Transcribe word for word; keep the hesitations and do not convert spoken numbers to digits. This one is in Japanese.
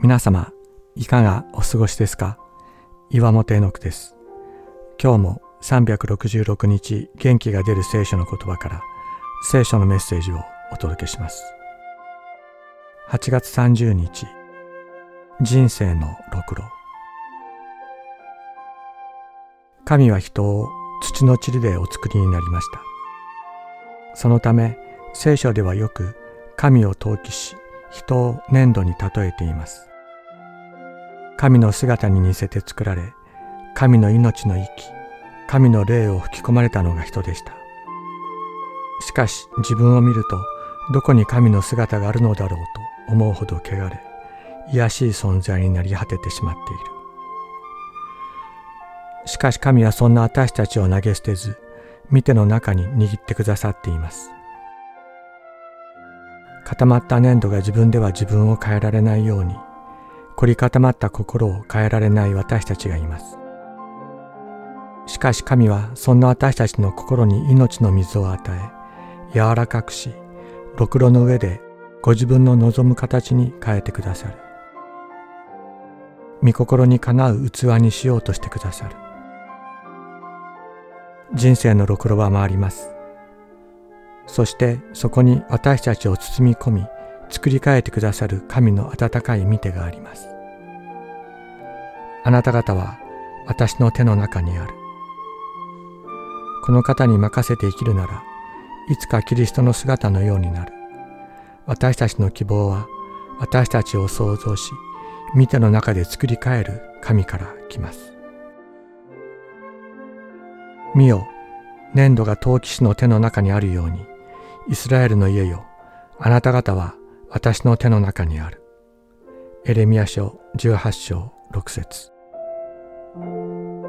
皆様いかがお過ごしですか？岩本絵の句です。今日もさんびゃくろくじゅうろくにち元気が出る聖書の言葉から聖書のメッセージをお届けします。はちがつさんじゅうにち、人生のろくろ。神は人を土の塵でお作りになりました。そのため聖書ではよく神を陶器し、人を粘土に例えています。神の姿に似せて作られ、神の命の息、神の霊を吹き込まれたのが人でした。しかし自分を見ると、どこに神の姿があるのだろうと思うほど汚れ、卑しい存在になり果ててしまっている。しかし神はそんな私たちを投げ捨てず、御手の中に握ってくださっています。固まった粘土が自分では自分を変えられないように、凝り固まった心を変えられない私たちがいます。しかし神はそんな私たちの心に命の水を与え、柔らかくし、ろくろの上でご自分の望む形に変えてくださる。御心にかなう器にしようとしてくださる。人生のろくろは回ります。そしてそこに私たちを包み込み、作り変えてくださる神の温かい御手があります。あなた方は私の手の中にある。この方に任せて生きるなら、いつかキリストの姿のようになる。私たちの希望は私たちを創造し、御手の中で作り変える神から来ます。見よ、粘土が陶器師の手の中にあるように、イスラエルの家よ、あなた方は私の手の中にある。エレミヤ書じゅうはちしょうろくせつ。